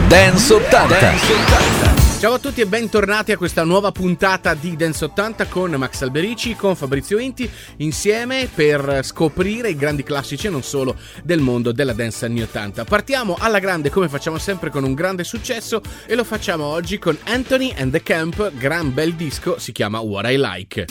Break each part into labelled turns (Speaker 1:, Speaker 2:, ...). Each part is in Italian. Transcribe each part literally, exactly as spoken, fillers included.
Speaker 1: Dance ottanta. Dance ottanta.
Speaker 2: Ciao a tutti e bentornati a questa nuova puntata di Dance ottanta con Max Alberici, con Fabrizio Inti, insieme per scoprire i grandi classici e non solo del mondo della dance anni ottanta. Partiamo alla grande come facciamo sempre con un grande successo e lo facciamo oggi con Anthony and the Camp, gran bel disco, si chiama What I Like.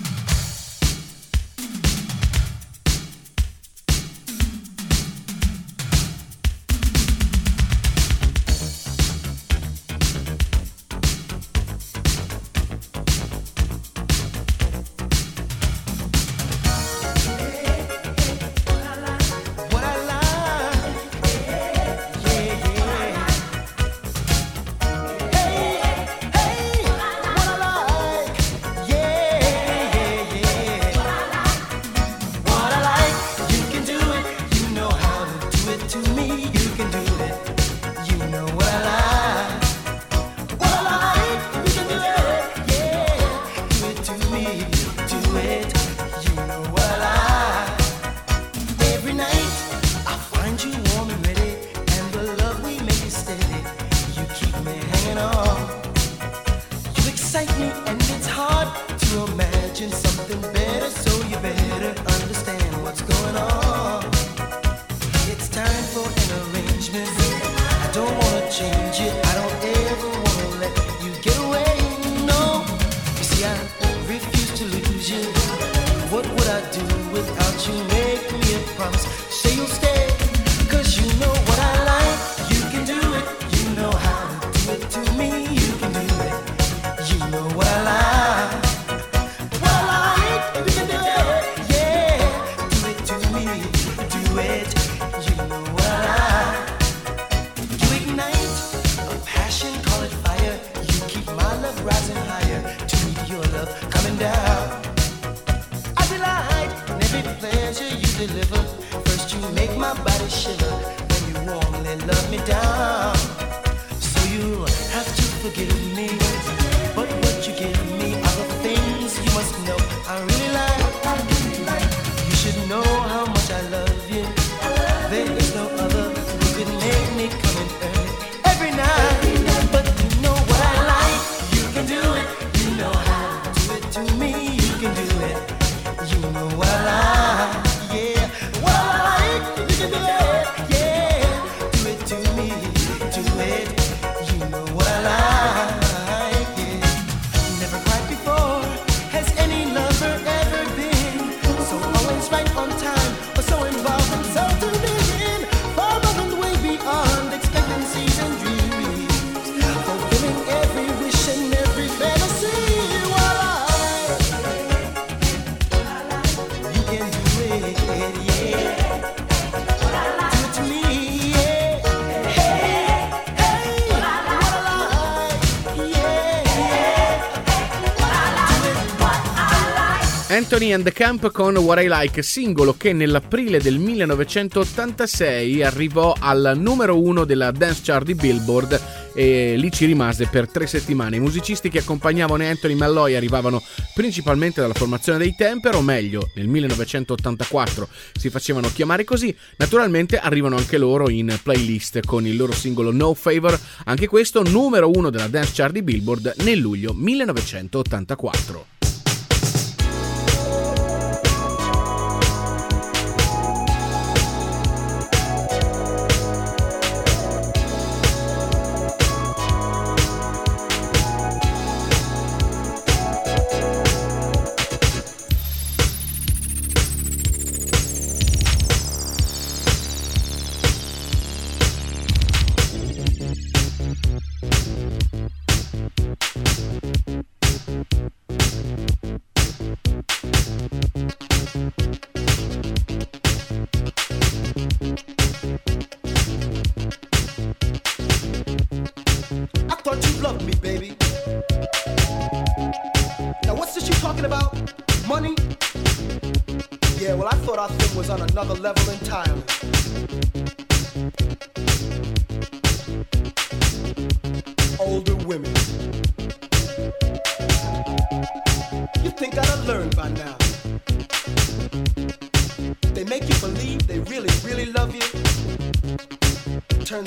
Speaker 2: Anthony and the Camp con What I Like, singolo che nell'aprile del millenovecentottantasei arrivò al numero uno della dance chart di Billboard e lì ci rimase per tre settimane. I musicisti che accompagnavano Anthony Malloy arrivavano principalmente dalla formazione dei Temper, o meglio nel millenovecentottantaquattro si facevano chiamare così. Naturalmente arrivano anche loro in playlist con il loro singolo No Favor, anche questo numero uno della dance chart di Billboard nel luglio millenovecentottantaquattro.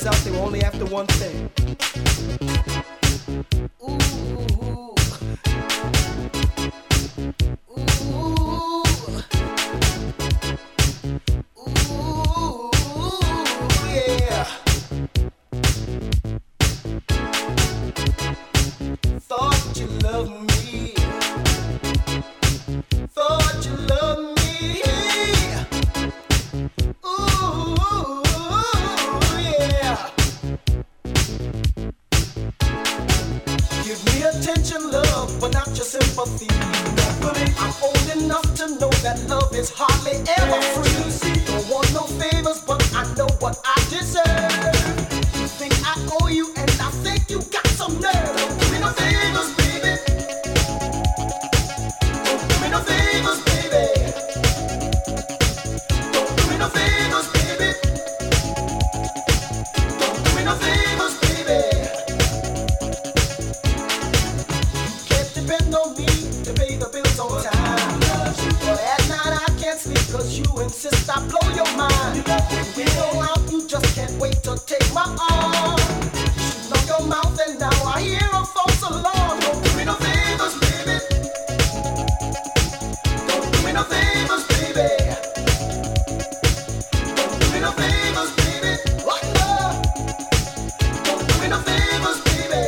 Speaker 3: turns out they were only after one thing. Ooh. I'm old enough to know that love is hardly ever free. Don't want no favors, but I know what I deserve. You think I owe you, and I think you got some nerve. Don't give me no favors, baby. Don't give me no favors, baby. Don't give me no favors, baby. Don't give me no favors, baby. You can't depend on me to pay the bills on time. But at night I can't sleep cause you insist I blow your mind. When we go out you just can't wait to take my arm. You know your mouth and now I hear a false alarm. Don't do me no favors, baby. Don't do me no favors, baby. Don't do me no favors, baby. What love? Don't do me no favors, baby.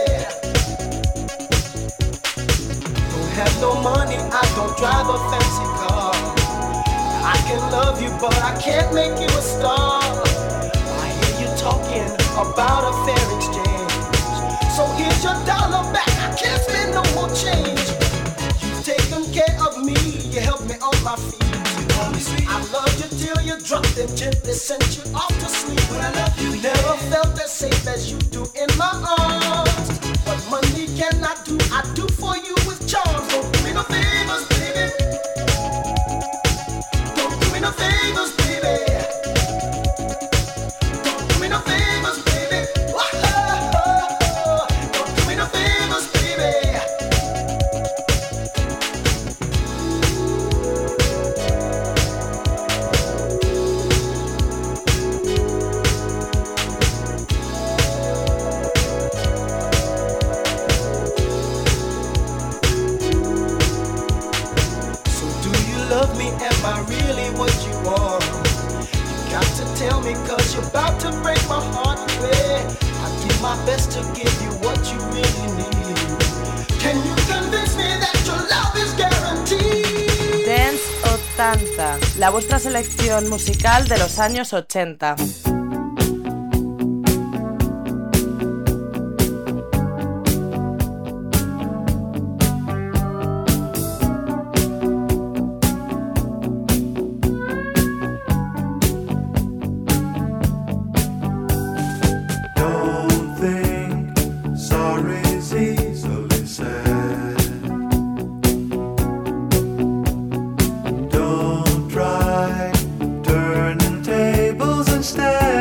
Speaker 3: Don't have no money, I don't drive a fancy car. I can love you, but I can't make you a star. I hear you talking about a fair exchange. So here's your dollar back, I can't spend no more change. You've taken care of me, you helped me on my feet. I loved you till you dropped and gently sent you off to sleep. But I love you, never felt as safe as you do in my arms. What money cannot do, I do for you with charms. Don't do me no favors, baby. Don't do me no favors, baby. Don't do me no favors, baby. Whoa. Don't do me no favors, baby. Love me, am I really what you want? You got to tell me cause you're about to break my heart away. I do my best to give you what you really need. Can you convince me that your love is guaranteed?
Speaker 4: Dance ottanta, la vuestra selección musical de los años ochenta.
Speaker 5: Don't try turning tables instead.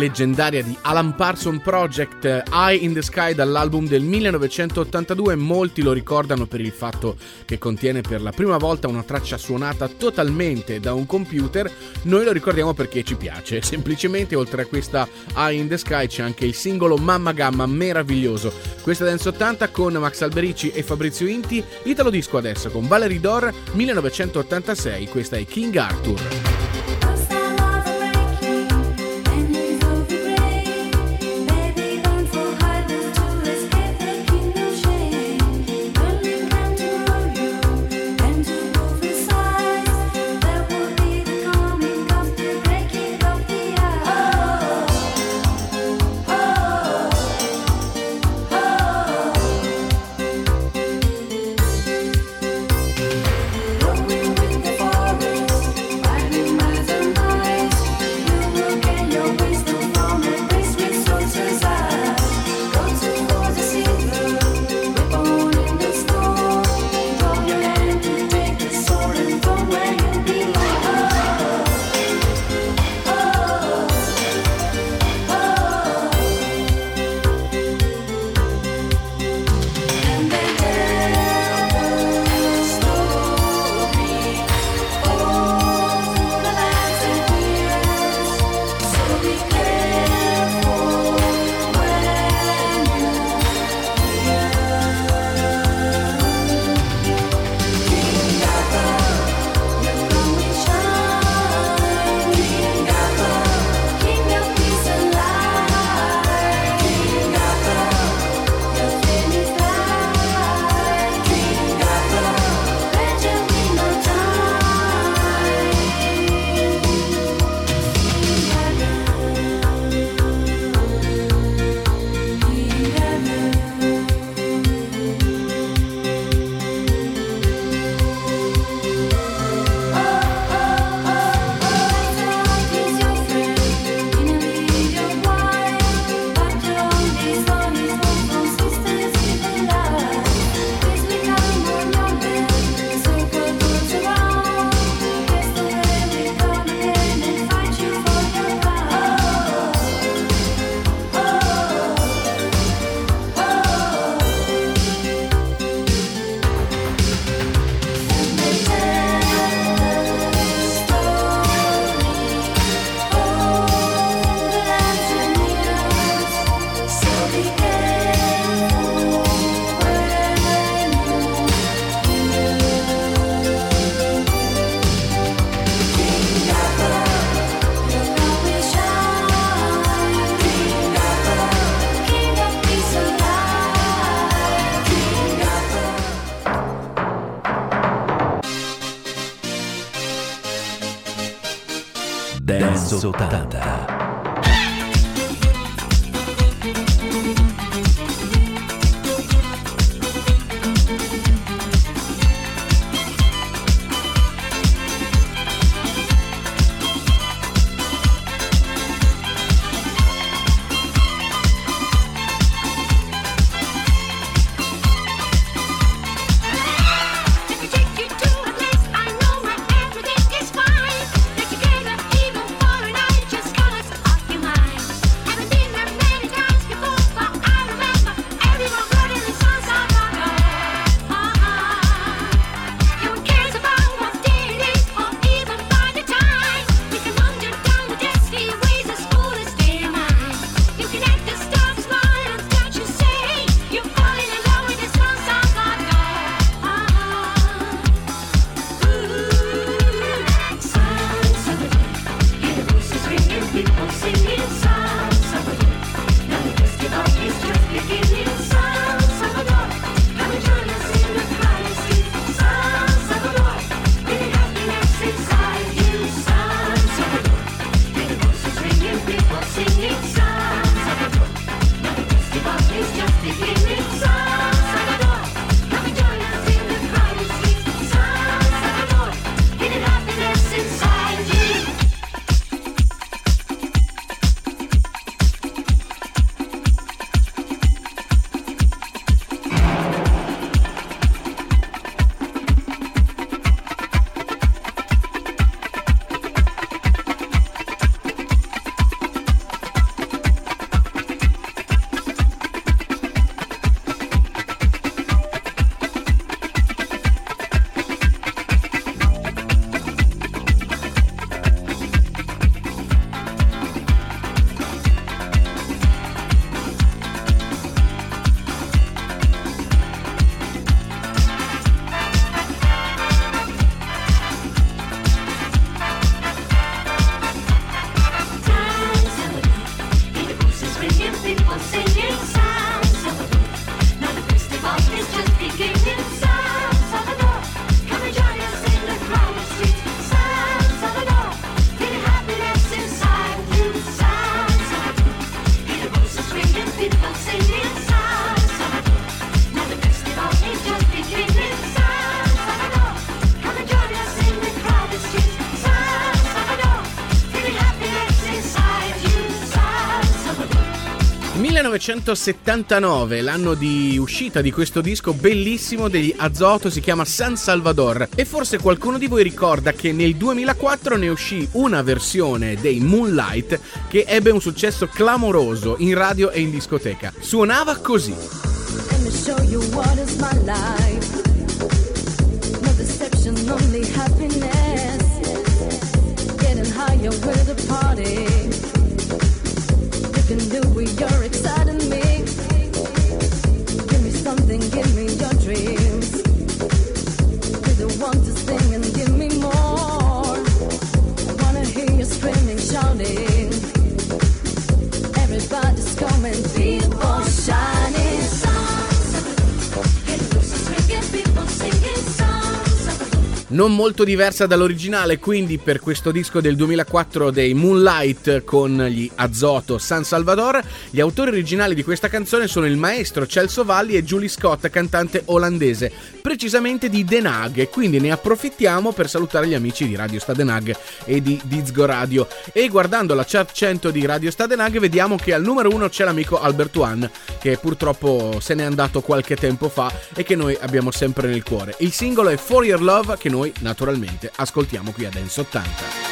Speaker 2: leggendaria di Alan Parsons Project, Eye in the Sky, dall'album del millenovecentottantadue. Molti lo ricordano per il fatto che contiene per la prima volta una traccia suonata totalmente da un computer. Noi lo ricordiamo perché ci piace. Semplicemente, oltre a questa Eye in the Sky, c'è anche il singolo Mamma Gamma, meraviglioso. Questa Dance ottanta con Max Alberici e Fabrizio Inti. Italo Disco adesso con Valerie Dor, millenovecentottantasei. Questa è King Arthur.
Speaker 1: Dance ottanta.
Speaker 5: Together even for a night, just call us
Speaker 2: millenovecentosettantanove, l'anno di uscita di questo disco bellissimo degli Azoto, si chiama San Salvador, e forse qualcuno di voi ricorda che nel duemilaquattro ne uscì una versione dei Moonlight che ebbe un successo clamoroso in radio e in discoteca. Suonava così.
Speaker 5: Let me show you what is my life. No deception, only happiness. Getting higher with the party. You can do it, you're exciting me. Give me something, give me your dreams. Be the one to sing and give me more. I wanna hear you screaming, shouting. Everybody's coming, people shining.
Speaker 2: Non molto diversa dall'originale, quindi, per questo disco del duemilaquattro dei Moonlight con gli Azoto, San Salvador. Gli autori originali di questa canzone sono il maestro Celso Valli e Julie Scott, cantante olandese, precisamente di Den Haag, e quindi ne approfittiamo per salutare gli amici di Radio Sta Den Haag e di Dizgo Radio. E guardando la chart cento di Radio Sta Den Haag vediamo che al numero uno c'è l'amico Albert One, che purtroppo se n'è andato qualche tempo fa e che noi abbiamo sempre nel cuore. Il singolo è For Your Love, che noi naturalmente ascoltiamo qui a Dance ottanta.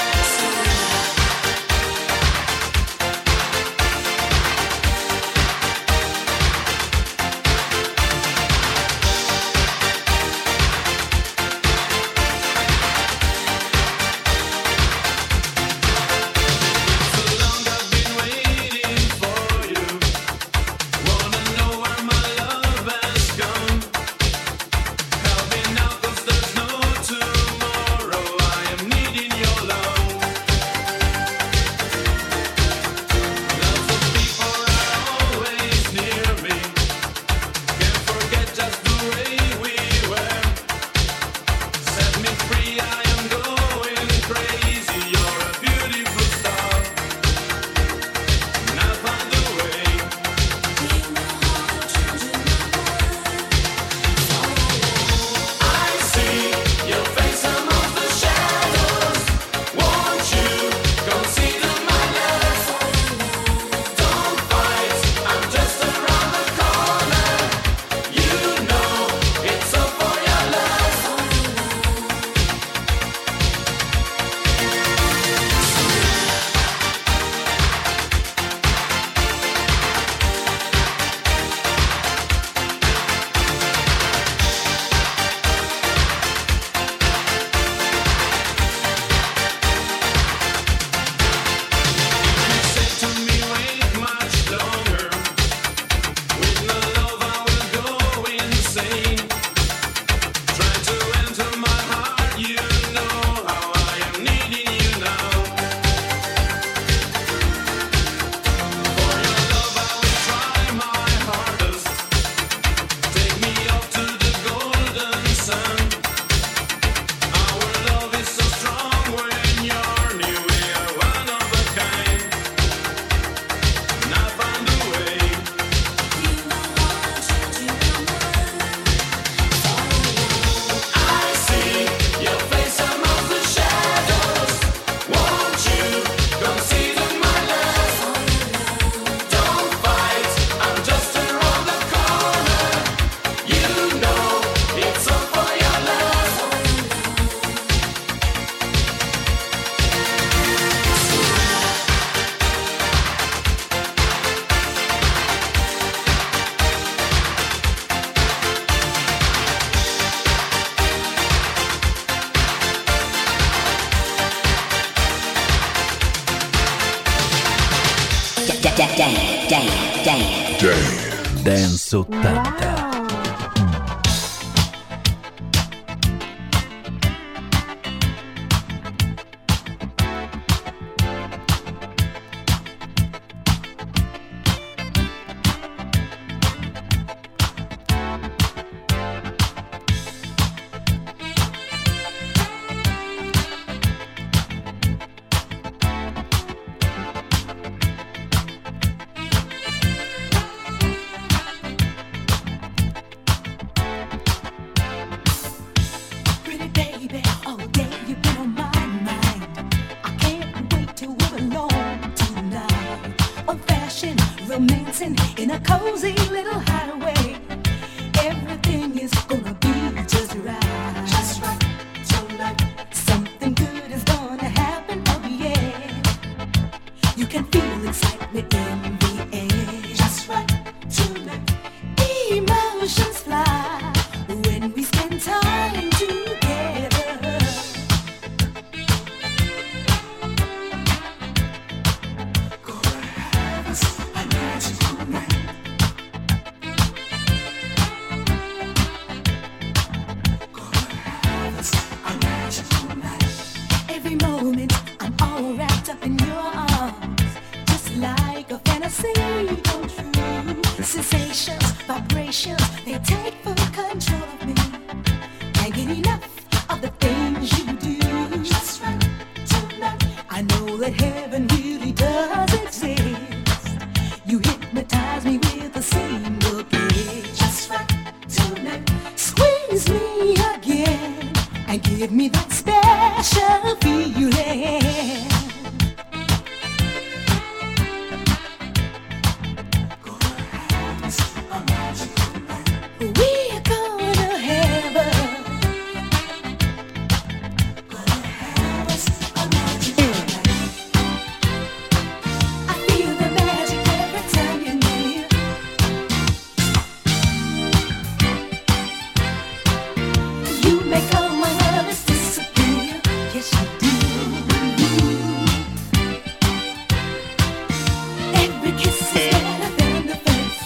Speaker 1: Dance ottanta.
Speaker 5: dancing in a cozy little hideaway. Everything is gonna be just right. Just right tonight. Something good is gonna happen, oh yeah. You can feel excitement in the air. Just right tonight. Emotions fly when we spend time together. Gonna have us a magical night. Gonna have us a magical night. Every moment I'm all wrapped up in your arms, just like a fantasy come true. Sensations, vibrations, they take full control of me. Can't get enough of the things you do. Just right tonight. I know that heaven really does exist. You hypnotize me with a single kiss. Just right tonight. Squeeze me again and give me that special feeling. We're gonna have a, gonna have us a magical night. I feel the magic every time you're near. You make all my worries disappear. Yes, you do. Every kiss is better than the first.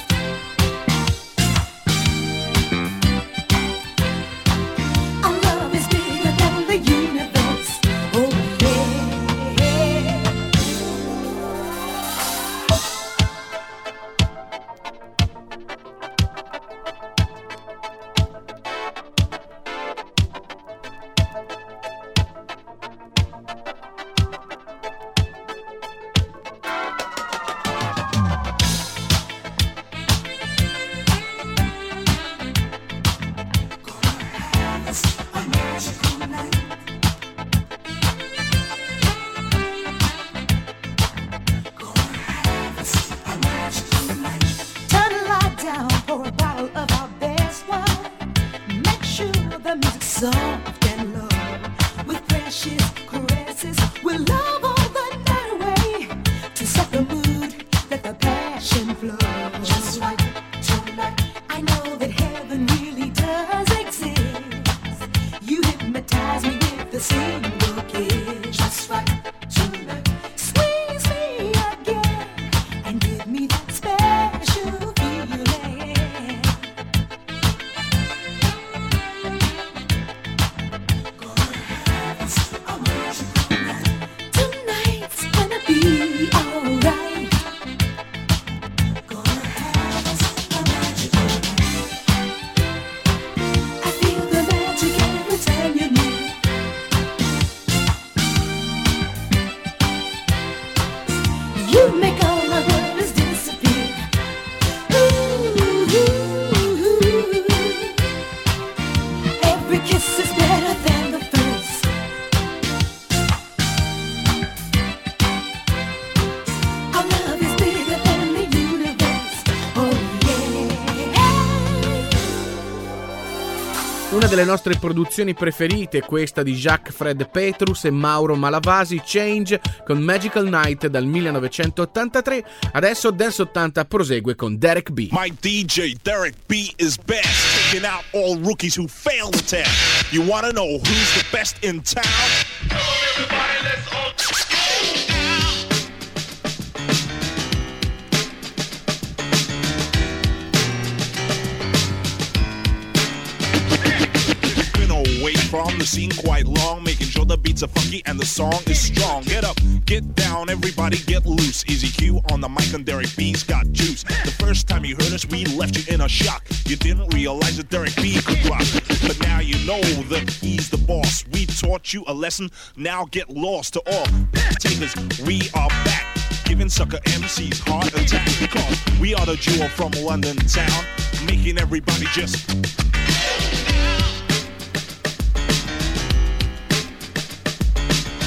Speaker 5: Our love is bigger than the universe. Oh yeah. Turn the light down, pour a bottle of our best wine. Make sure the music's soft and low. With precious caresses, we'll love all the night away. To set the mood, let the passion flow. Just right tonight. I know that heaven really does exist. You hypnotize me with a single kiss. Just right tonight. Squeeze me again and give me that special feeling. Gonna have us a magical night. Tonight's gonna be alright. Gonna have us a magical night. I feel the magic every time you're near. You make all my worries disappear. Ooh, every kiss is better than the first. Our love is bigger than the universe. Oh yeah.
Speaker 2: Una delle nostre produzioni preferite è questa di Jacques Fred Petrus e Mauro Malavasi, Change, con Magical Night dal millenovecentottantatré. Adesso Dance ottanta prosegue con Derek B.
Speaker 6: My D J Derek B is best, taking out all rookies who fail the test. You wanna know who's the best in town? Come on everybody, let's all Been away from the scene quite long, making sure the beats are funky and the song is strong. Get up, get down, everybody get loose. Easy Q on the mic and Derek B's got juice. The first time you heard us, we left you in a shock. You didn't realize that Derek B could rock. But now you know that he's the boss. We taught you a lesson, now get lost to all takers. We are back, giving sucker M Cs heart attack. Because we are the duo from London town, making everybody just...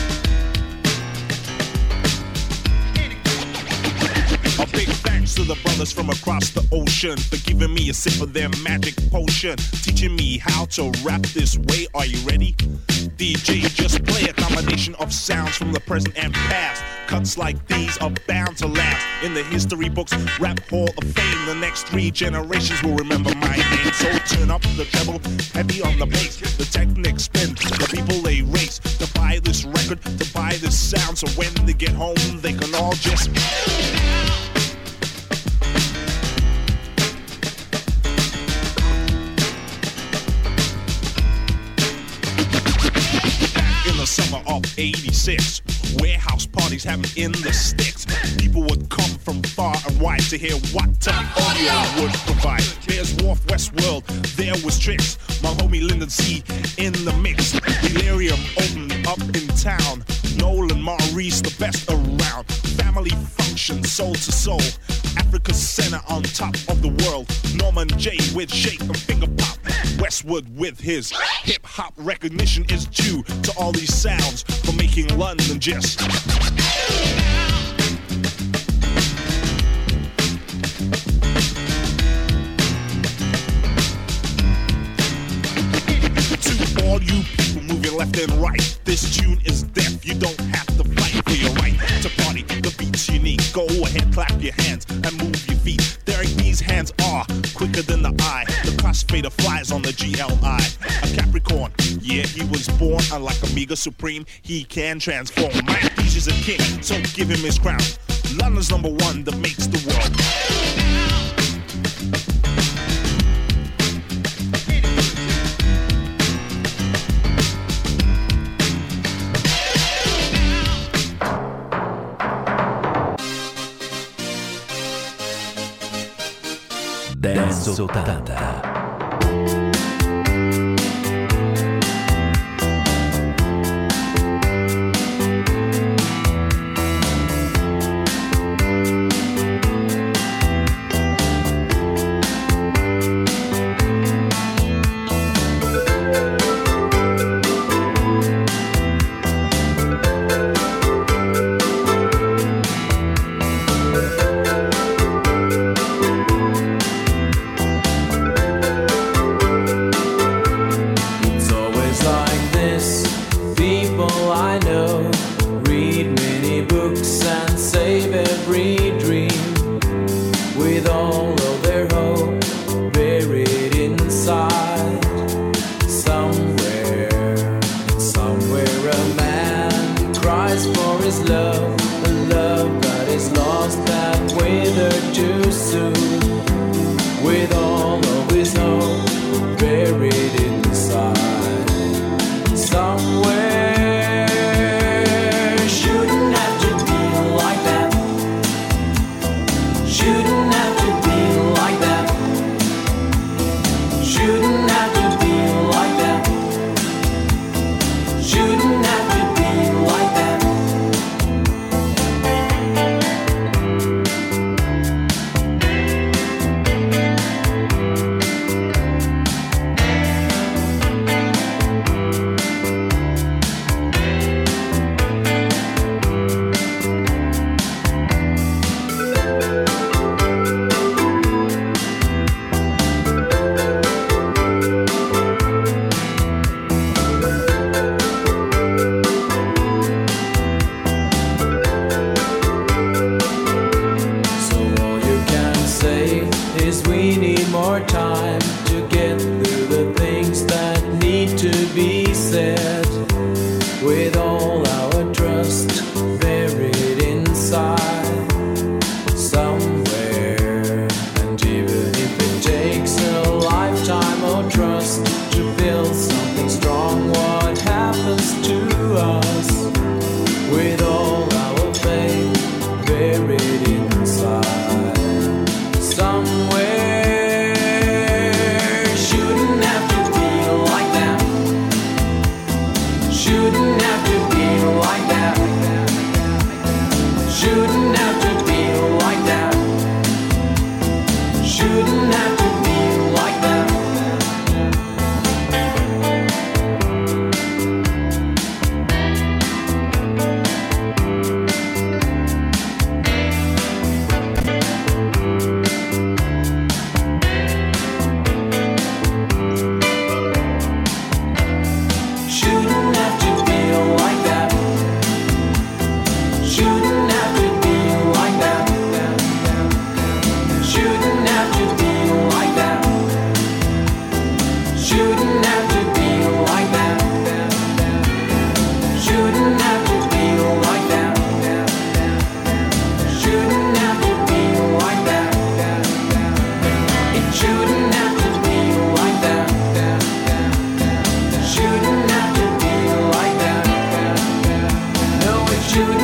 Speaker 6: A big thanks to the brothers brothers from across the ocean for giving me a sip of their magic potion, teaching me how to rap this way. Are you ready? D J, just play a combination of sounds from the present and past. Cuts like these are bound to last in the history books, Rap Hall of Fame. The next three generations will remember my name. So turn up the treble, heavy on the bass. The technics spin, the people they race to buy this record, to buy this sound. So when they get home, they can all just the summer of eighty-six, warehouse parties happened in the sticks. People would come from far and wide to hear what type audio would provide. There's Wharf Westworld, there was Tricks, my homie Lyndon C in the mix. Delirium opened up in town, Nolan Maurice the best around. Family function, soul to soul, Africa Center on top of the world. Norman J with Shake and Finger Pop. Westwood with his hip-hop recognition is due to all these sounds for making London just to all you people moving left and right. This tune is deaf, you don't have to fight for your right to party. The beat's unique, go ahead, clap your hands and move your feet. Derek B's hands are quicker than the eye. The crossfader flies on the G L I. A Capricorn, yeah, he was born unlike Amiga Supreme. He can transform. Mike Dees is a king, so give him his crown. London's number one that makes the world.
Speaker 1: Dance ottanta.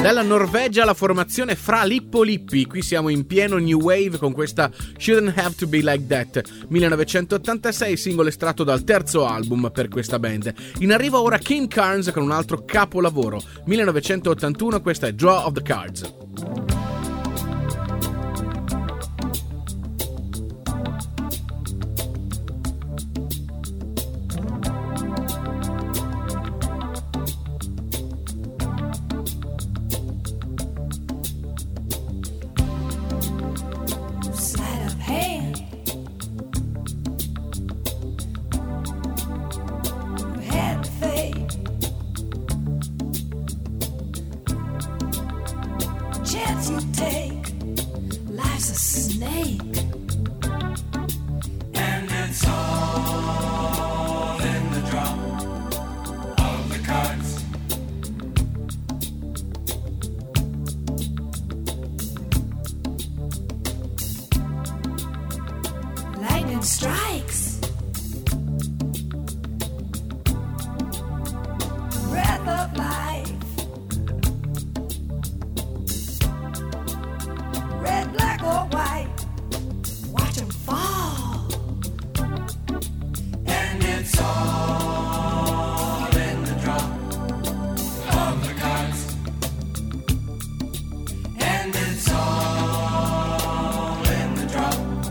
Speaker 2: Dalla Norvegia la formazione Fra Lippo Lippi, qui siamo in pieno new wave con questa Shouldn't Have to Be Like That, millenovecentottantasei, singolo estratto dal terzo album per questa band. In arrivo ora King Carnes con un altro capolavoro, millenovecentottantuno, questa è Draw of the Cards.
Speaker 5: Strikes. Breath of life. Red, black, or white. Watch them fall. And it's all in the draw of the cards. And it's all in the draw.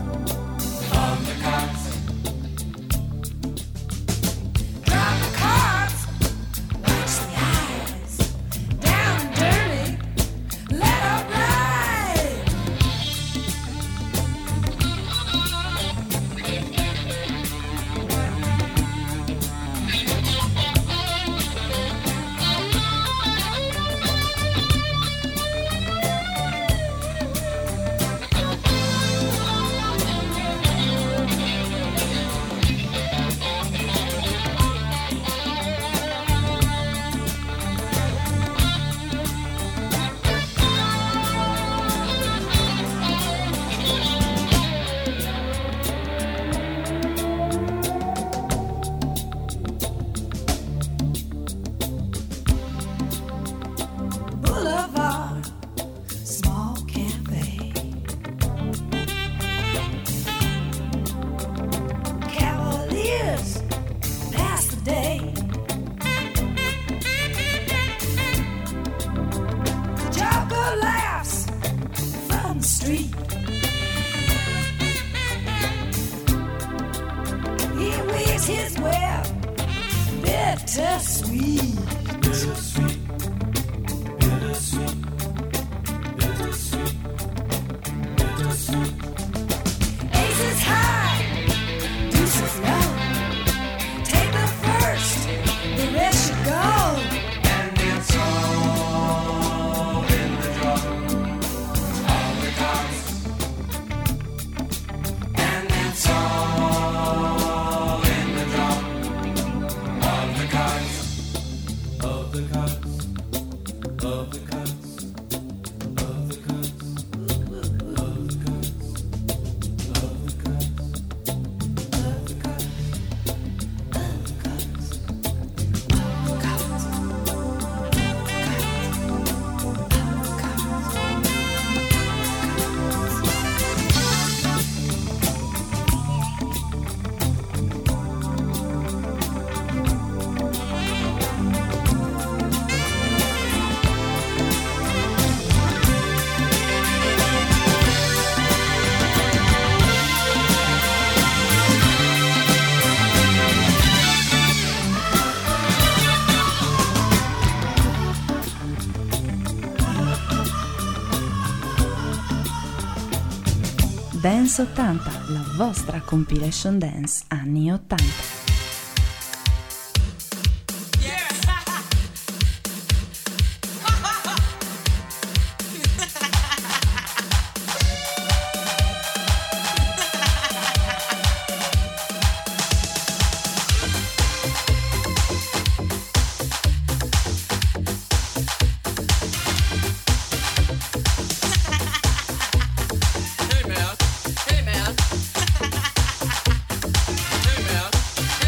Speaker 7: Dance ottanta, la vostra compilation dance anni ottanta.
Speaker 8: Hey man, hey man,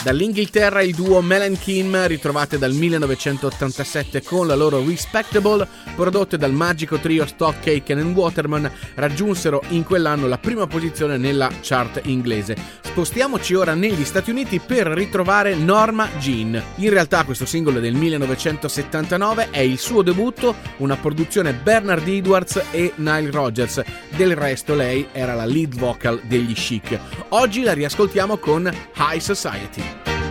Speaker 2: Dall'Inghilterra il duo Mel and Kim, ritrovate dal millenovecentottantasette con la loro Respectable, prodotte dal magico trio Stock Aitken and Waterman, raggiunsero in quell'anno la prima posizione nella chart inglese. Spostiamoci ora negli Stati Uniti per ritrovare Norma Jean. In realtà questo singolo è del millenovecentosettantanove, è il suo debutto, una produzione Bernard Edwards e Nile Rodgers. Del resto lei era la lead vocal degli Chic. Oggi la riascoltiamo con High Society.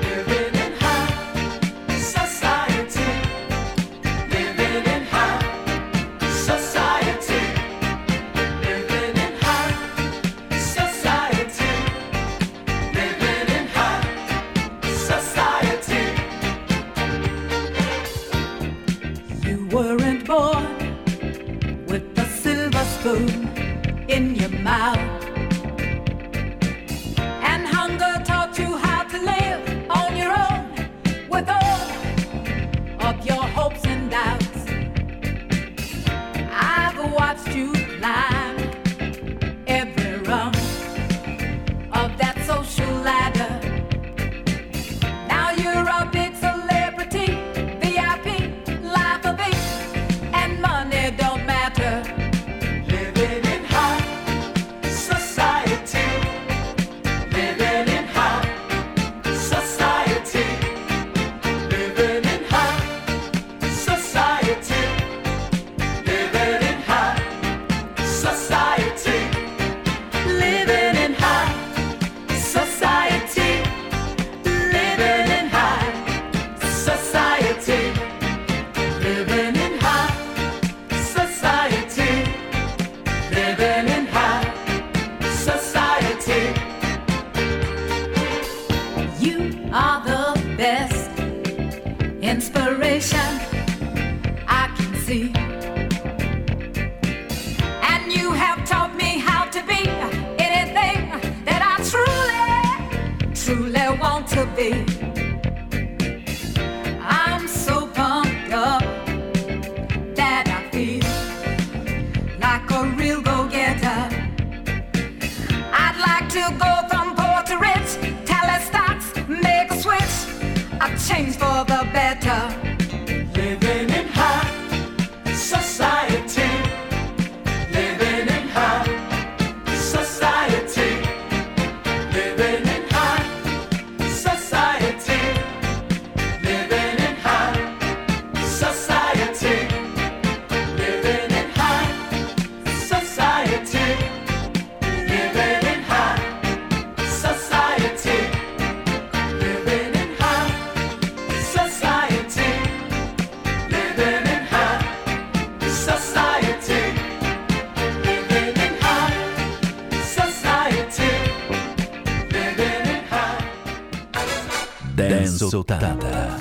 Speaker 8: Weren't born with a silver spoon in your mouth, and hunger taught you how to live on your own with all of your hopes and doubts. I've watched you climb every rung of that social ladder. Now you're a big celebrity, V I P, life of it, and money don't matter. Living in high society, living in high society, living in high society, living in high society, living in high society, living in high society, living in high society, living in high society. You are the best inspiration I can see, and you have taught me how to be anything that I truly, truly want to be. I'm so pumped up that I feel like a real go-getter. I'd like to go from poor to rich, tally stocks, make a switch, a change for the better. Living in high society, living in high society, living in high society, living in high society, living in high society, living in high society, living in high society, living in high society, living in high society, living in high.
Speaker 1: Dance ottanta.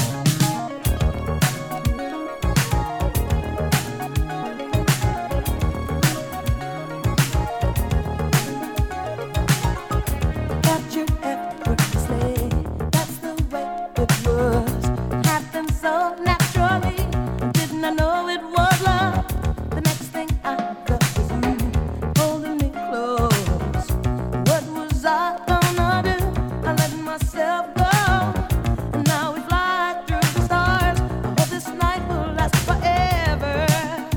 Speaker 5: Got you effortlessly. That's the way it was. Happened so naturally. Didn't I know it was love? The next thing I got was you holding me close. What was I gonna do? I let myself go. And now we fly through the stars. I hope this night will last forever.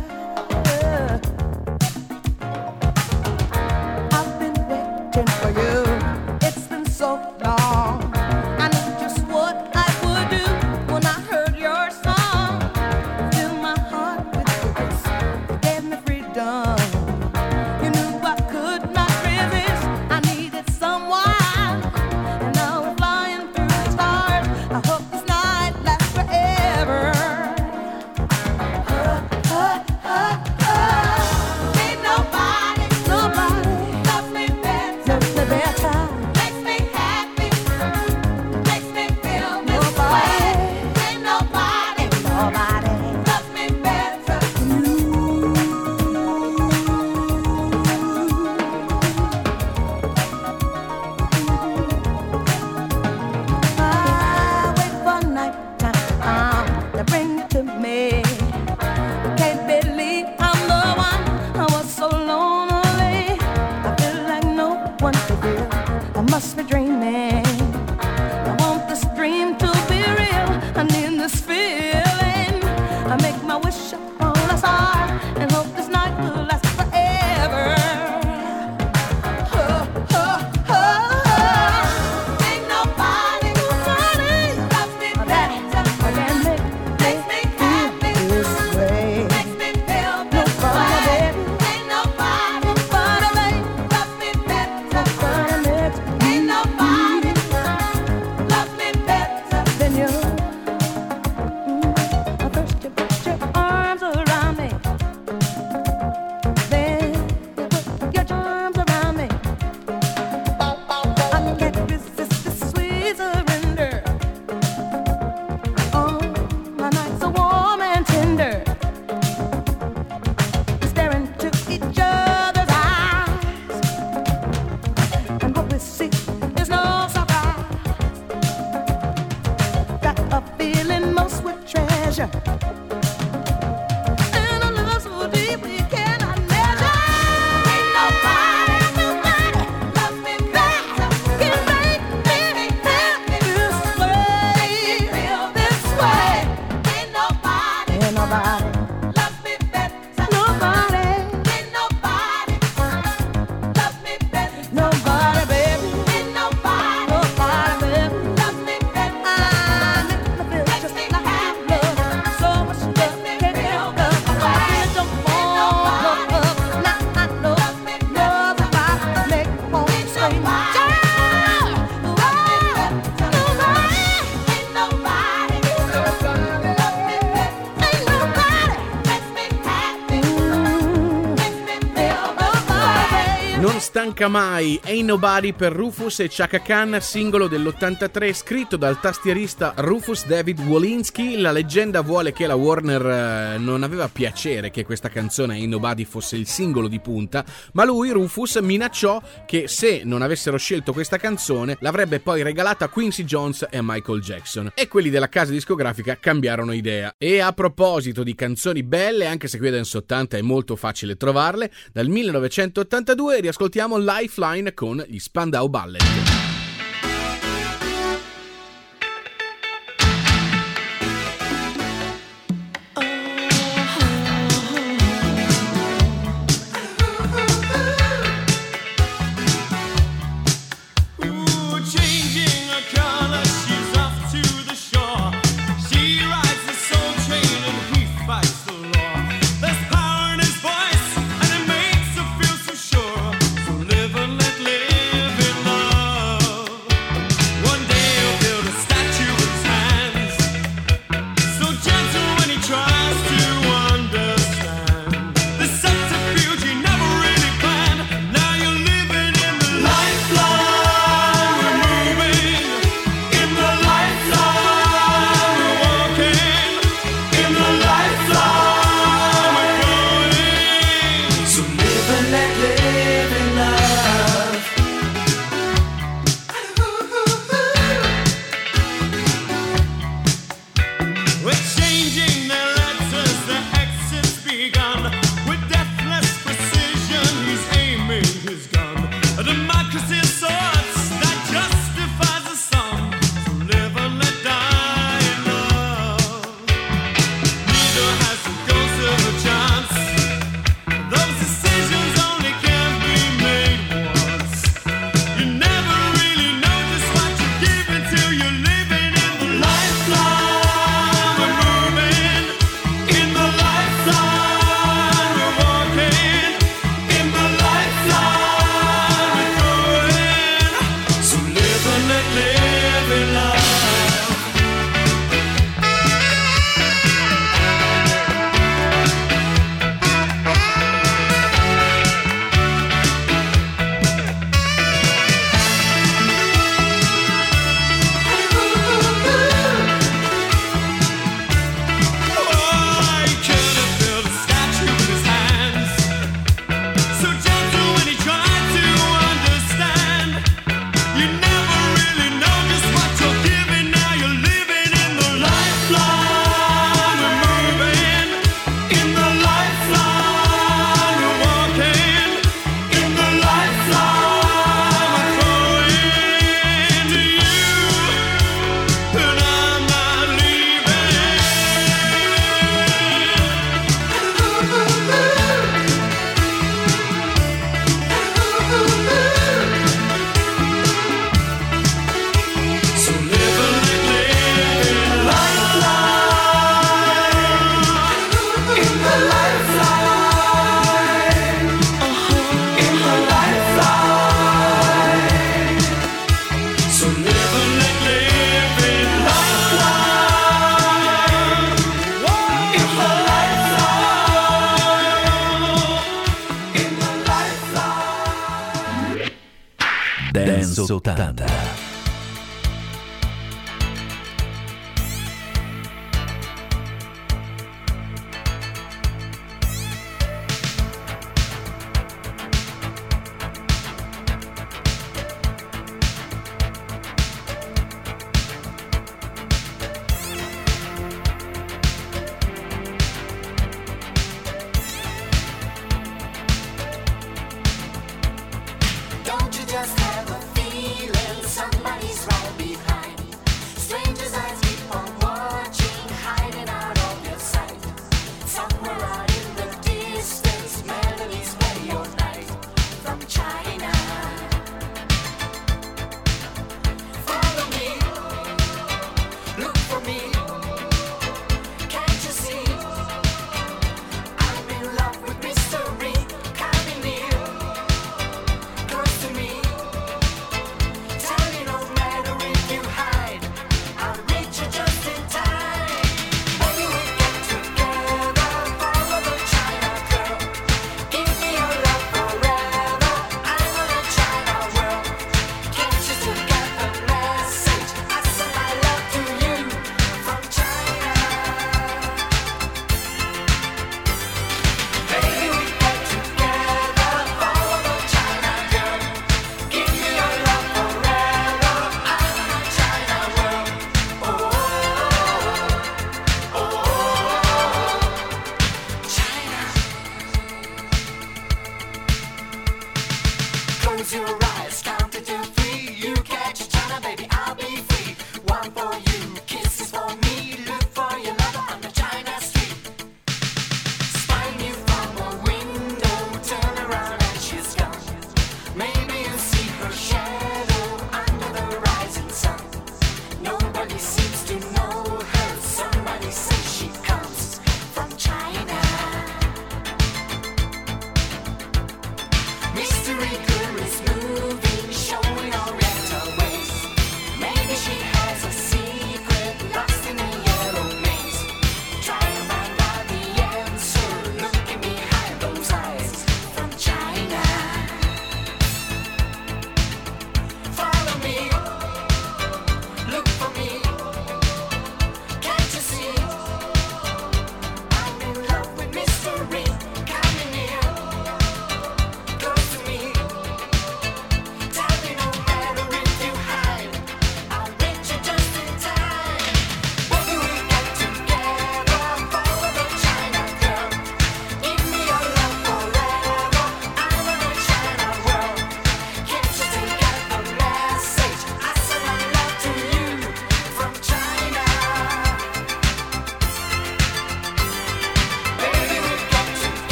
Speaker 5: I've been waiting for you. It's been so long. I knew just what I would do when I heard your song. Fill my heart with your kiss. You gave me freedom. You knew I could not resist. I needed someone. And now we're flying through the stars. I hope this night lasts forever. Uh, uh, uh, uh. Ain't nobody, nobody loves me better. Loves me better. Makes me happy. Makes me feel this way. Ain't nobody, nobody loves me better than you. I wait for nighttime to bring you to me. Can't believe I'm the one. I was so lonely. I feel like no one to feel. I must be dreaming. I want
Speaker 2: stanca mai, Ain't Nobody per Rufus e Chaka Khan, singolo dell'ottantatré, scritto dal tastierista Rufus David Wolinski. La leggenda vuole che la Warner eh, non aveva piacere che questa canzone Ain't Nobody fosse il singolo di punta, ma lui, Rufus, minacciò che se non avessero scelto questa canzone l'avrebbe poi regalata a Quincy Jones e a Michael Jackson, e quelli della casa discografica cambiarono idea. E a proposito di canzoni belle, anche se qui a Dance ottanta è molto facile trovarle, dal millenovecentottantadue riascoltiamo Lifeline con gli Spandau Ballet.
Speaker 1: Dance ottanta.
Speaker 3: Don't you just have a feeling something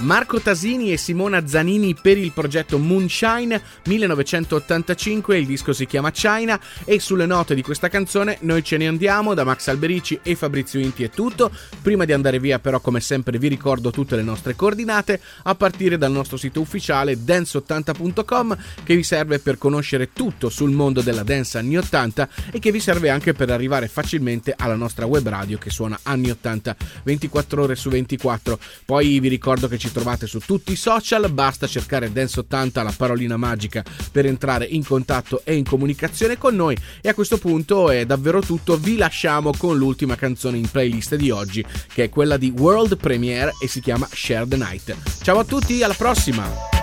Speaker 2: Marco Tasini e Simona Zanini per il progetto Moonshine millenovecentottantacinque, il disco si chiama China, e sulle note di questa canzone noi ce ne andiamo. Da Max Alberici e Fabrizio Inti è tutto. Prima di andare via però, come sempre, vi ricordo tutte le nostre coordinate a partire dal nostro sito ufficiale dance ottanta punto com, che vi serve per conoscere tutto sul mondo della dance anni ottanta e che vi serve anche per arrivare facilmente alla nostra web radio che suona anni ottanta ventiquattro ore su ventiquattro. Poi vi ricordo che ci trovate su tutti i social, basta cercare Dance ottanta, la parolina magica, per entrare in contatto e in comunicazione con noi. E a questo punto è davvero tutto, vi lasciamo con l'ultima canzone in playlist di oggi, che è quella di World Premiere e si chiama Share the Night. Ciao a tutti, alla prossima!